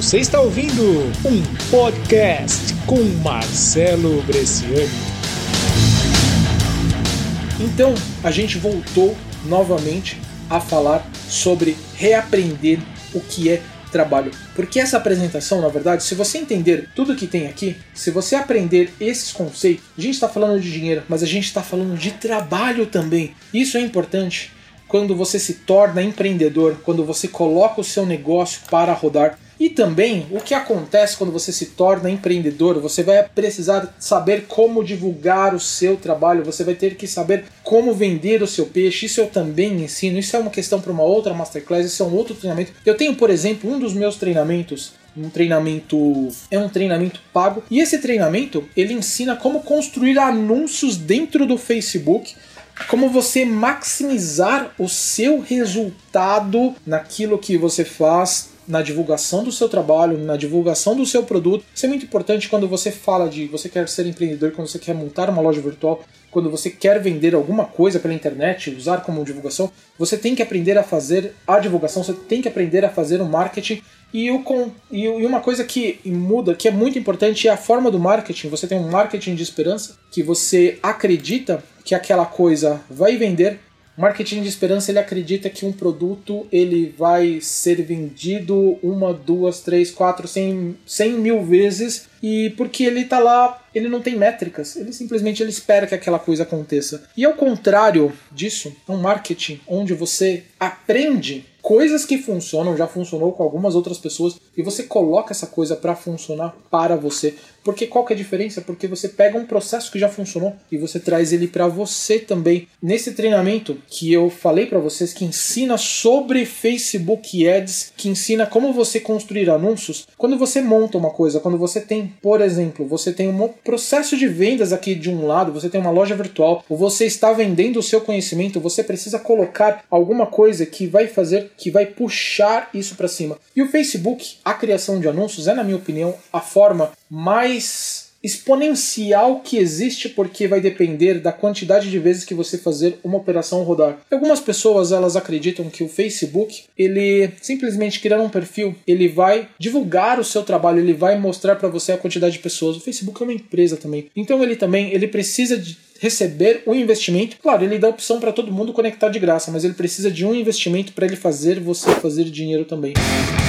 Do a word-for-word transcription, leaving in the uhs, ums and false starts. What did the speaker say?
Você está ouvindo um podcast com Marcelo Bresciani. Então, a gente voltou novamente a falar sobre reaprender o que é trabalho. Porque essa apresentação, na verdade, se você entender tudo que tem aqui, se você aprender esses conceitos, a gente está falando de dinheiro, mas a gente está falando de trabalho também. Isso é importante quando você se torna empreendedor, quando você coloca o seu negócio para rodar. E também o que acontece quando você se torna empreendedor, você vai precisar saber como divulgar o seu trabalho, você vai ter que saber como vender o seu peixe. Isso eu também ensino, isso é uma questão para uma outra masterclass, isso é um outro treinamento. Eu tenho, por exemplo, um dos meus treinamentos, um treinamento, é um treinamento pago, e esse treinamento ele ensina como construir anúncios dentro do Facebook, como você maximizar o seu resultado naquilo que você faz, na divulgação do seu trabalho, na divulgação do seu produto. Isso é muito importante quando você fala de você quer ser empreendedor, quando você quer montar uma loja virtual, quando você quer vender alguma coisa pela internet, usar como divulgação, você tem que aprender a fazer a divulgação, você tem que aprender a fazer o marketing. E, o, e uma coisa que muda, que é muito importante, é a forma do marketing. Você tem um marketing de esperança, que você acredita que aquela coisa vai vender. Marketing de esperança, ele acredita que um produto ele vai ser vendido uma, duas, três, quatro, cem, cem mil vezes, e porque ele tá lá, ele não tem métricas, ele simplesmente ele espera que aquela coisa aconteça. E ao contrário disso, é um marketing onde você aprende coisas que funcionam, já funcionou com algumas outras pessoas, e você coloca essa coisa para funcionar para você. Porque qual que é a diferença? Porque você pega um processo que já funcionou e você traz ele para você também. Nesse treinamento que eu falei para vocês, que ensina sobre Facebook Ads, que ensina como você construir anúncios, quando você monta uma coisa, quando você tem, por exemplo, você tem um processo de vendas aqui de um lado, você tem uma loja virtual, ou você está vendendo o seu conhecimento, você precisa colocar alguma coisa que vai fazer, que vai puxar isso para cima. E o Facebook, a criação de anúncios, é, na minha opinião, a forma mais exponencial que existe, porque vai depender da quantidade de vezes que você fazer uma operação rodar. Algumas pessoas elas acreditam que o Facebook, ele simplesmente criando um perfil, ele vai divulgar o seu trabalho, ele vai mostrar para você a quantidade de pessoas. O Facebook é uma empresa também, então ele também ele precisa de receber um investimento. Claro, ele dá opção para todo mundo conectar de graça, mas ele precisa de um investimento para ele fazer você fazer dinheiro também.